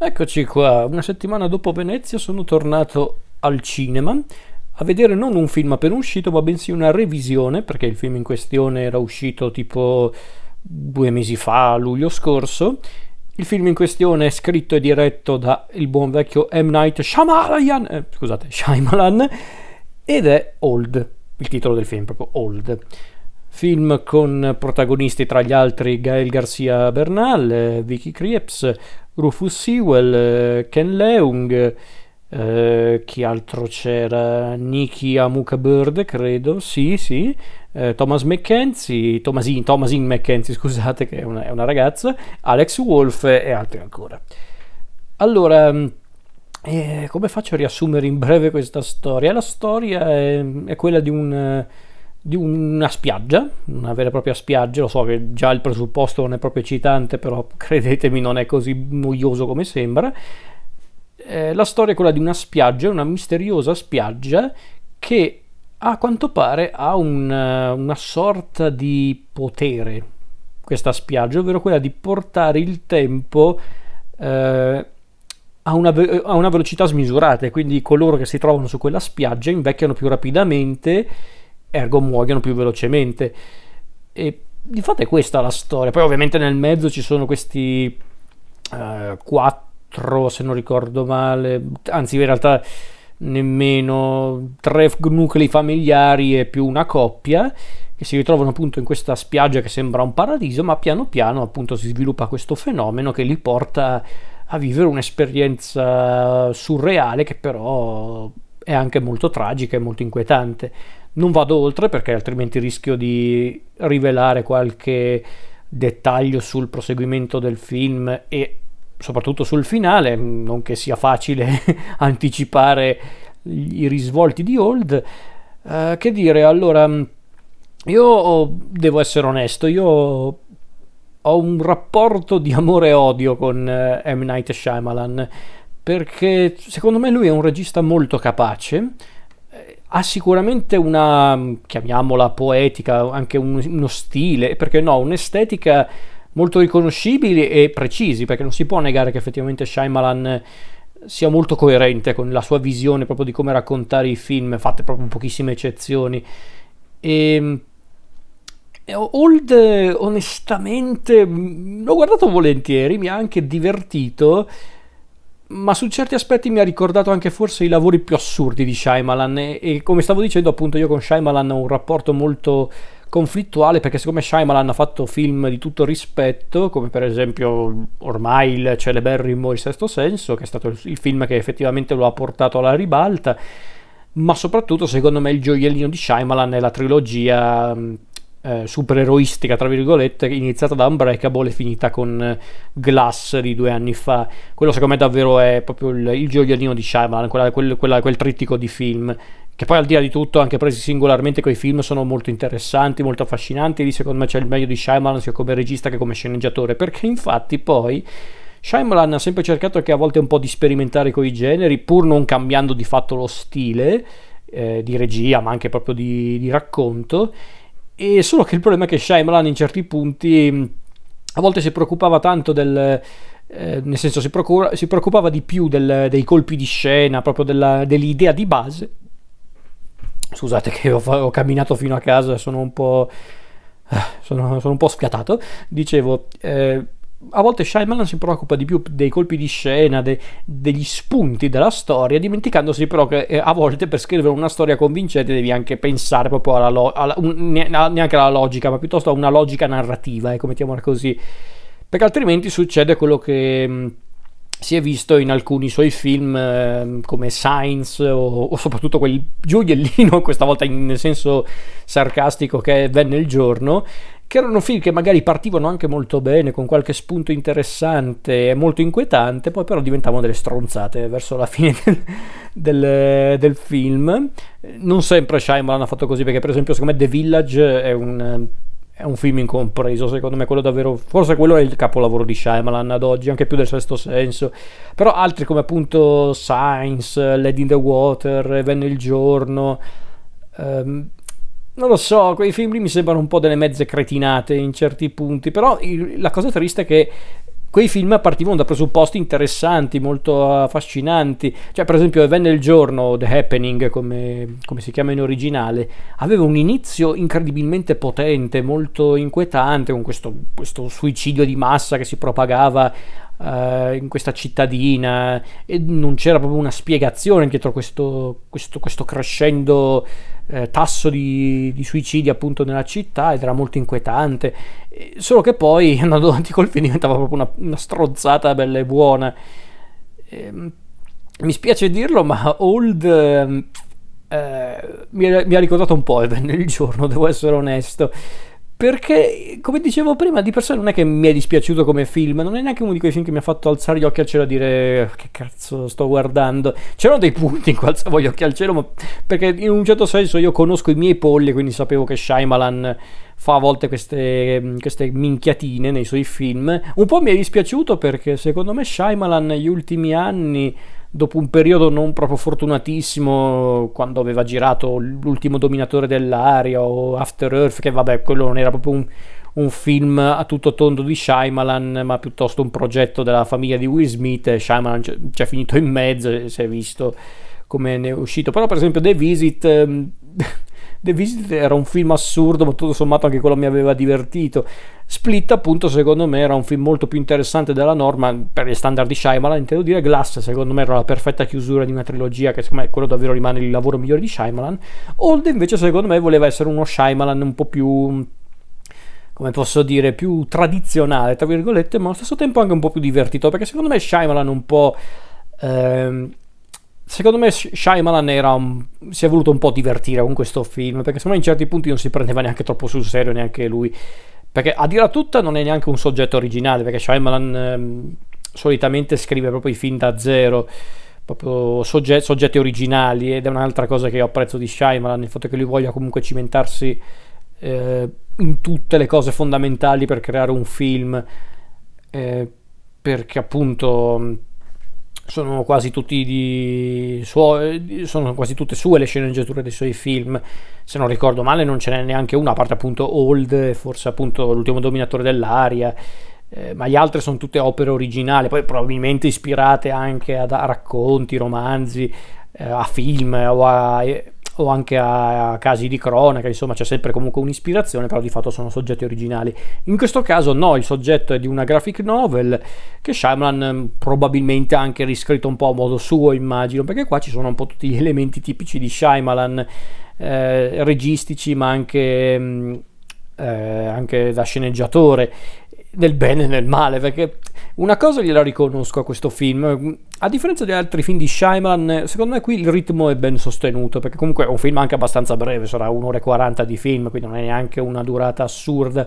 Eccoci qua, una settimana dopo Venezia sono tornato al cinema a vedere non un film appena uscito, ma bensì una revisione, perché il film in questione era uscito tipo 2 mesi fa, a luglio scorso. Il film in questione è scritto e diretto da il buon vecchio M. Night Shyamalan, Shyamalan, ed è Old, il titolo del film, proprio Old. Film con protagonisti tra gli altri Gael Garcia Bernal, Vicky Krieps, Rufus Sewell, Ken Leung, chi altro c'era? Nikki Amuka Bird, credo, sì, Thomas McKenzie, Thomasine McKenzie, scusate, che è una ragazza, Alex Wolff e altri ancora. Allora, come faccio a riassumere in breve questa storia? La storia è quella di una spiaggia, una vera e propria spiaggia. Lo so che già il presupposto non è proprio eccitante, però credetemi non è così noioso come sembra. La storia è quella di una spiaggia, una misteriosa spiaggia che a quanto pare ha una sorta di potere, questa spiaggia, ovvero quella di portare il tempo a una velocità smisurata, e quindi coloro che si trovano su quella spiaggia invecchiano più rapidamente, ergo muoiono più velocemente. E di fatto è questa la storia. Poi ovviamente nel mezzo ci sono questi quattro, se non ricordo male, anzi in realtà nemmeno, tre nuclei familiari e più una coppia che si ritrovano appunto in questa spiaggia che sembra un paradiso, ma piano piano appunto si sviluppa questo fenomeno che li porta a vivere un'esperienza surreale, che però è anche molto tragica e molto inquietante. Non vado oltre perché altrimenti rischio di rivelare qualche dettaglio sul proseguimento del film e soprattutto sul finale, non che sia facile anticipare i risvolti di Old. Che dire, allora, io devo essere onesto, io ho un rapporto di amore e odio con M. Night Shyamalan, perché secondo me lui è un regista molto capace. Ha sicuramente una, chiamiamola poetica, anche uno stile, perché no, un'estetica molto riconoscibili e precisi, perché non si può negare che effettivamente Shyamalan sia molto coerente con la sua visione proprio di come raccontare i film, fatte proprio pochissime eccezioni. E Old, onestamente, l'ho guardato volentieri, mi ha anche divertito, ma su certi aspetti mi ha ricordato anche forse i lavori più assurdi di Shyamalan, e come stavo dicendo appunto io con Shyamalan ho un rapporto molto conflittuale, perché siccome Shyamalan ha fatto film di tutto rispetto, come per esempio ormai il celeberrimo Il Sesto Senso, che è stato il film che effettivamente lo ha portato alla ribalta, ma soprattutto secondo me il gioiellino di Shyamalan è la trilogia supereroistica tra virgolette, iniziata da Unbreakable e finita con Glass di 2 anni fa. Quello secondo me davvero è proprio il gioiellino di Shyamalan, quel trittico di film, che poi al di là di tutto anche presi singolarmente quei film sono molto interessanti, molto affascinanti. Lì secondo me c'è il meglio di Shyamalan sia come regista che come sceneggiatore, perché infatti poi Shyamalan ha sempre cercato che a volte un po' di sperimentare con i generi, pur non cambiando di fatto lo stile di regia, ma anche proprio di racconto. E solo che il problema è che Shyamalan in certi punti a volte si preoccupava tanto nel senso si preoccupava di più dei colpi di scena, proprio dell'idea di base. Scusate che ho camminato fino a casa, sono un po' sono un po' sfiatato. Dicevo, a volte Shyamalan si preoccupa di più dei colpi di scena, degli spunti della storia, dimenticandosi però che a volte per scrivere una storia convincente devi anche pensare proprio neanche alla logica, ma piuttosto a una logica narrativa, mettiamola così, perché altrimenti succede quello che si è visto in alcuni suoi film come Signs o soprattutto quel gioiellino, questa volta nel senso sarcastico, che è Venne il giorno, che erano film che magari partivano anche molto bene, con qualche spunto interessante e molto inquietante, poi però diventavano delle stronzate verso la fine del film. Non sempre Shyamalan ha fatto così, perché per esempio secondo me The Village è un film incompreso, secondo me quello davvero, forse quello è il capolavoro di Shyamalan ad oggi, anche più del Sesto Senso. Però altri come appunto Signs, Lady in the Water, Venne il giorno, non lo so, quei film lì mi sembrano un po' delle mezze cretinate in certi punti, però la cosa triste è che quei film partivano da presupposti interessanti, molto affascinanti. Cioè, per esempio, Venne il giorno, The Happening, come si chiama in originale, aveva un inizio incredibilmente potente, molto inquietante, con questo suicidio di massa che si propagava in questa cittadina, e non c'era proprio una spiegazione dietro questo crescendo tasso di suicidi appunto nella città, ed era molto inquietante. Solo che poi andando avanti col film diventava proprio una stronzata bella e buona. Mi spiace dirlo, ma Old mi ha ricordato un po' Even il giorno, devo essere onesto, perché come dicevo prima, di per sé non è che mi è dispiaciuto come film, non è neanche uno di quei film che mi ha fatto alzare gli occhi al cielo e dire che cazzo sto guardando. C'erano dei punti in cui alzavo gli occhi al cielo, ma perché in un certo senso io conosco i miei polli, quindi sapevo che Shyamalan fa a volte queste minchiatine nei suoi film. Un po' mi è dispiaciuto perché secondo me Shyamalan negli ultimi anni, dopo un periodo non proprio fortunatissimo, quando aveva girato L'ultimo dominatore dell'aria o After Earth, che vabbè, quello non era proprio un film a tutto tondo di Shyamalan, ma piuttosto un progetto della famiglia di Will Smith, e Shyamalan c'è finito in mezzo e si è visto come ne è uscito. Però per esempio The Visit The Visit era un film assurdo, ma tutto sommato anche quello mi aveva divertito. Split appunto secondo me era un film molto più interessante della norma per gli standard di Shyamalan, intendo dire. Glass secondo me era la perfetta chiusura di una trilogia, che secondo me quello davvero rimane il lavoro migliore di Shyamalan. Old invece secondo me voleva essere uno Shyamalan un po' più, come posso dire, più tradizionale tra virgolette, ma allo stesso tempo anche un po' più divertito, perché secondo me Shyamalan un po' secondo me Shyamalan si è voluto un po' divertire con questo film, perché secondo me in certi punti non si prendeva neanche troppo sul serio neanche lui, perché a dirla tutta non è neanche un soggetto originale, perché Shyamalan solitamente scrive proprio i film da zero, proprio soggetti originali, ed è un'altra cosa che io apprezzo di Shyamalan, il fatto che lui voglia comunque cimentarsi in tutte le cose fondamentali per creare un film, perché appunto sono quasi sono quasi tutte sue le sceneggiature dei suoi film. Se non ricordo male non ce n'è neanche una, a parte appunto Old e forse appunto L'ultimo dominatore dell'aria, ma gli altri sono tutte opere originali, poi probabilmente ispirate anche a racconti, romanzi, a film o anche a casi di cronaca. Insomma, c'è sempre comunque un'ispirazione, però di fatto sono soggetti originali. In questo caso no, il soggetto è di una graphic novel che Shyamalan probabilmente ha anche riscritto un po' a modo suo, immagino, perché qua ci sono un po' tutti gli elementi tipici di Shyamalan, registici, ma anche da sceneggiatore, nel bene e nel male, perché una cosa gliela riconosco a questo film: a differenza di altri film di Shyamalan, secondo me qui il ritmo è ben sostenuto, perché comunque è un film anche abbastanza breve, sarà 1 ora e 40 di film, quindi non è neanche una durata assurda,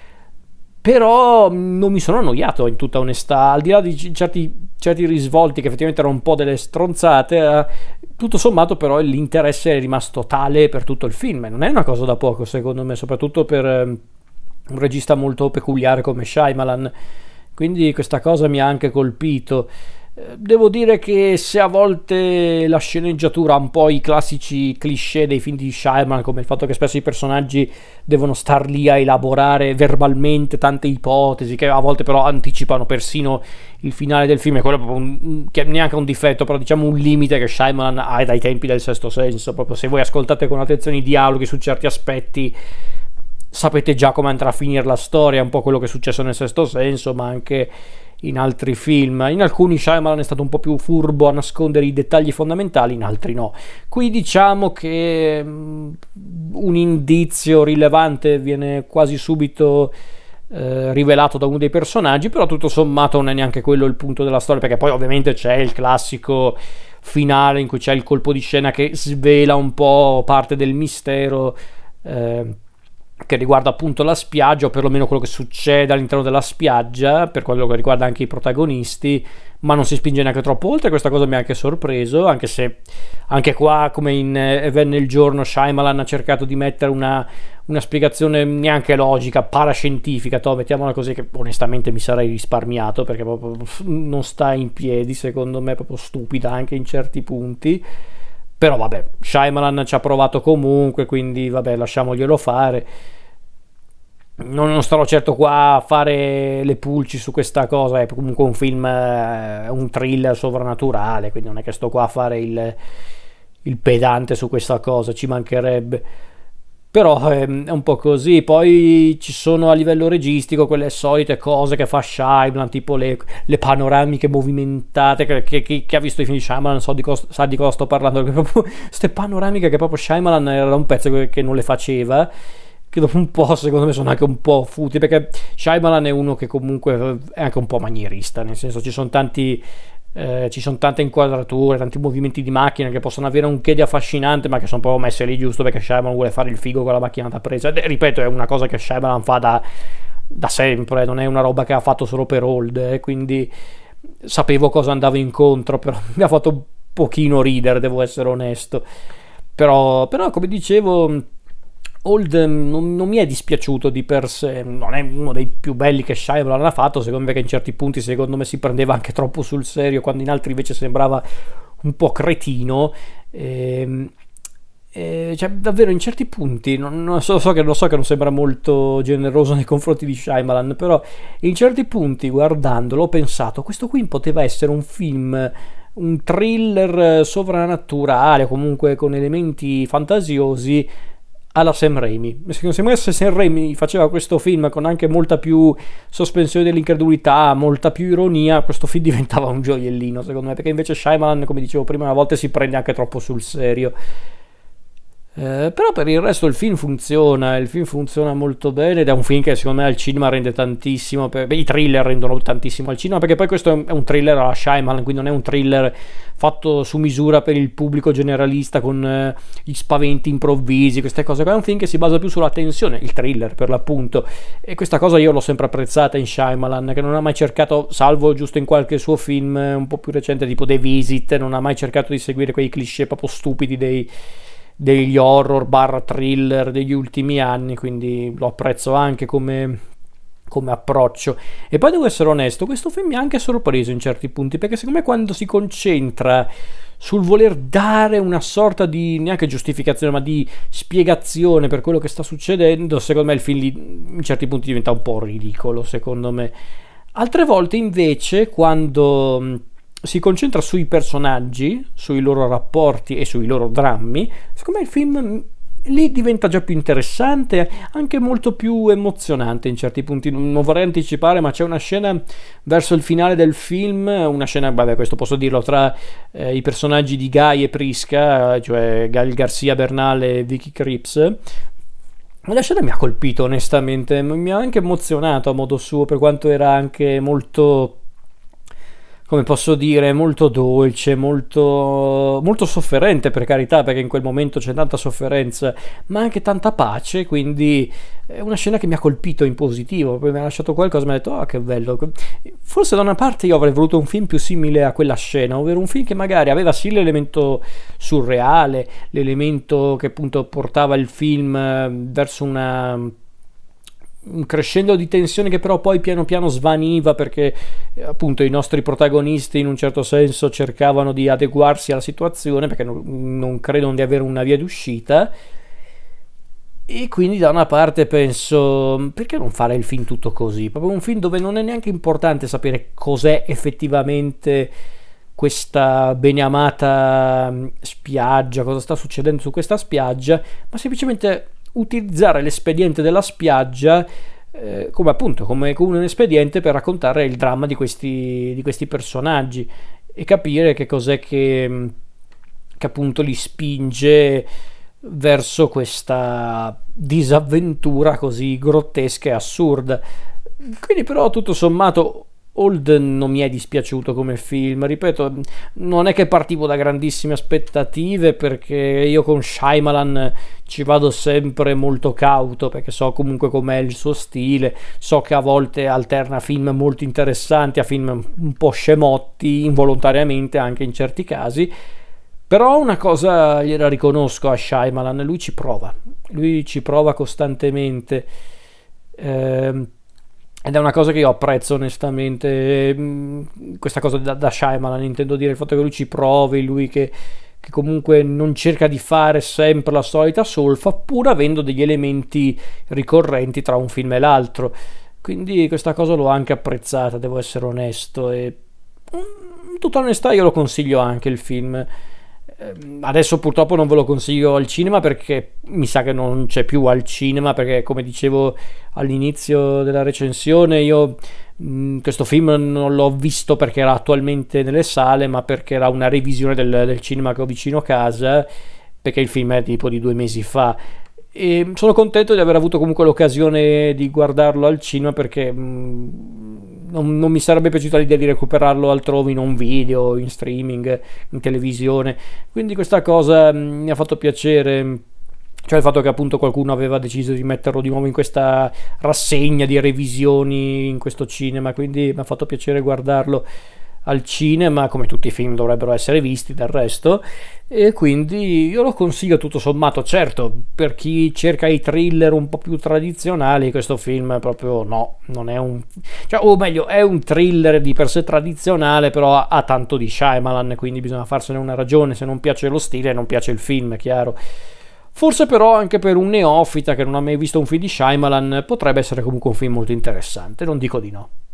però non mi sono annoiato, in tutta onestà, al di là di certi risvolti che effettivamente erano un po' delle stronzate. Tutto sommato però l'interesse è rimasto tale per tutto il film, e non è una cosa da poco secondo me, soprattutto per un regista molto peculiare come Shyamalan, quindi questa cosa mi ha anche colpito. Devo dire che se a volte la sceneggiatura ha un po' i classici cliché dei film di Shyamalan, come il fatto che spesso i personaggi devono star lì a elaborare verbalmente tante ipotesi, che a volte però anticipano persino il finale del film, e quello è proprio che neanche un difetto, però diciamo un limite che Shyamalan ha dai tempi del Sesto Senso. Proprio se voi ascoltate con attenzione i dialoghi su certi aspetti, sapete già come andrà a finire la storia, un po' quello che è successo nel Sesto Senso, ma anche in altri film. In alcuni Shyamalan è stato un po' più furbo a nascondere i dettagli fondamentali, in altri no. Qui diciamo che un indizio rilevante viene quasi subito rivelato da uno dei personaggi, però tutto sommato non è neanche quello il punto della storia, perché poi ovviamente c'è il classico finale in cui c'è il colpo di scena che svela un po' parte del mistero, che riguarda appunto la spiaggia, o perlomeno quello che succede all'interno della spiaggia, per quello che riguarda anche i protagonisti, ma non si spinge neanche troppo oltre. Questa cosa mi ha anche sorpreso, anche se anche qua, come in Venne il giorno, Shyamalan ha cercato di mettere una spiegazione neanche logica, parascientifica, mettiamola così, che onestamente mi sarei risparmiato, perché proprio non sta in piedi, secondo me, proprio stupida anche in certi punti. Però vabbè, Shyamalan ci ha provato comunque, quindi vabbè, lasciamoglielo fare. non starò certo qua a fare le pulci su questa cosa, è comunque un film, un thriller sovrannaturale, quindi non è che sto qua a fare il pedante su questa cosa, ci mancherebbe. Però è un po' così. Poi ci sono a livello registico quelle solite cose che fa Shyamalan, tipo le panoramiche movimentate. Che ha visto i film di Shyamalan sa di cosa sto parlando. Perché proprio queste panoramiche che proprio Shyamalan era un pezzo che non le faceva. Che dopo un po', secondo me, sono anche un po' futili. Perché Shyamalan è uno che comunque è anche un po' manierista. Nel senso, ci sono tante inquadrature, tanti movimenti di macchina che possono avere un che di affascinante, ma che sono proprio messe lì giusto perché Shyamalan vuole fare il figo con la macchina da presa. Ripeto, è una cosa che Shyamalan fa da sempre, non è una roba che ha fatto solo per Old, quindi sapevo cosa andavo incontro, però mi ha fatto un pochino ridere, devo essere onesto. Però come dicevo, Old non mi è dispiaciuto di per sé, non è uno dei più belli che Shyamalan ha fatto, secondo me, che in certi punti secondo me si prendeva anche troppo sul serio, quando in altri invece sembrava un po' cretino. Cioè, davvero in certi punti lo so che non sembra molto generoso nei confronti di Shyamalan, però in certi punti guardandolo ho pensato questo qui poteva essere un film, un thriller sovrannaturale, comunque con elementi fantasiosi alla Sam Raimi. Secondo me se Sam Raimi faceva questo film con anche molta più sospensione dell'incredulità, molta più ironia, questo film diventava un gioiellino secondo me, perché invece Shyamalan, come dicevo prima, a volte si prende anche troppo sul serio. Però per il resto il film funziona molto bene ed è un film che secondo me al cinema rende tantissimo, i thriller rendono tantissimo al cinema, perché poi questo è un thriller alla Shyamalan, quindi non è un thriller fatto su misura per il pubblico generalista con gli spaventi improvvisi, queste cose qua. È un film che si basa più sulla tensione, il thriller per l'appunto, e questa cosa io l'ho sempre apprezzata in Shyamalan, che non ha mai cercato, salvo giusto in qualche suo film un po' più recente tipo The Visit, non ha mai cercato di seguire quei cliché proprio stupidi degli horror / thriller degli ultimi anni, quindi lo apprezzo anche come approccio. E poi devo essere onesto, questo film mi ha anche sorpreso in certi punti, perché secondo me quando si concentra sul voler dare una sorta di, neanche giustificazione, ma di spiegazione per quello che sta succedendo, secondo me il film lì in certi punti diventa un po' ridicolo, secondo me. Altre volte invece, quando si concentra sui personaggi, sui loro rapporti e sui loro drammi, secondo me il film lì diventa già più interessante, anche molto più emozionante in certi punti. Non vorrei anticipare, ma c'è una scena verso il finale del film, una scena, vabbè, questo posso dirlo, tra i personaggi di Guy e Prisca, cioè Gael Garcia Bernal e Vicky Krieps. La scena mi ha colpito onestamente, mi ha anche emozionato a modo suo, per quanto era anche molto, come posso dire, molto dolce, molto sofferente, per carità, perché in quel momento c'è tanta sofferenza, ma anche tanta pace, quindi è una scena che mi ha colpito in positivo, poi mi ha lasciato qualcosa, mi ha detto, che bello. Forse da una parte io avrei voluto un film più simile a quella scena, ovvero un film che magari aveva sì l'elemento surreale, l'elemento che appunto portava il film verso un crescendo di tensione, che però poi piano piano svaniva, perché appunto i nostri protagonisti in un certo senso cercavano di adeguarsi alla situazione, perché non credono di avere una via d'uscita. E quindi da una parte penso, perché non fare il film tutto così, proprio un film dove non è neanche importante sapere cos'è effettivamente questa beneamata spiaggia, cosa sta succedendo su questa spiaggia, ma semplicemente utilizzare l'espediente della spiaggia come appunto come un espediente per raccontare il dramma di questi personaggi e capire che cos'è che appunto li spinge verso questa disavventura così grottesca e assurda. Quindi però tutto sommato Old non mi è dispiaciuto come film, ripeto, non è che partivo da grandissime aspettative, perché io con Shyamalan ci vado sempre molto cauto, perché so comunque com'è il suo stile, so che a volte alterna film molto interessanti a film un po' scemotti, involontariamente anche in certi casi. Però una cosa gliela riconosco a Shyamalan, lui ci prova costantemente, ed è una cosa che io apprezzo onestamente, questa cosa da Shyamalan, intendo dire il fatto che lui ci provi, lui che che comunque non cerca di fare sempre la solita solfa, pur avendo degli elementi ricorrenti tra un film e l'altro. Quindi questa cosa l'ho anche apprezzata, devo essere onesto, e in tutta onestà io lo consiglio anche il film. Adesso purtroppo non ve lo consiglio al cinema perché mi sa che non c'è più al cinema, perché come dicevo all'inizio della recensione, io questo film non l'ho visto perché era attualmente nelle sale, ma perché era una revisione del cinema che ho vicino casa, perché il film è tipo di 2 mesi fa. E sono contento di aver avuto comunque l'occasione di guardarlo al cinema, perché non mi sarebbe piaciuta l'idea di recuperarlo altrove, in un video, in streaming, in televisione. Quindi questa cosa mi ha fatto piacere, cioè il fatto che appunto qualcuno aveva deciso di metterlo di nuovo in questa rassegna di revisioni in questo cinema, quindi mi ha fatto piacere guardarlo al cinema, come tutti i film dovrebbero essere visti del resto, e quindi io lo consiglio tutto sommato. Certo, per chi cerca i thriller un po' più tradizionali, questo film proprio no, non è un, cioè, o meglio, è un thriller di per sé tradizionale, però ha tanto di Shyamalan, quindi bisogna farsene una ragione. Se non piace lo stile, non piace il film, è chiaro. Forse però anche per un neofita che non ha mai visto un film di Shyamalan potrebbe essere comunque un film molto interessante, non dico di no.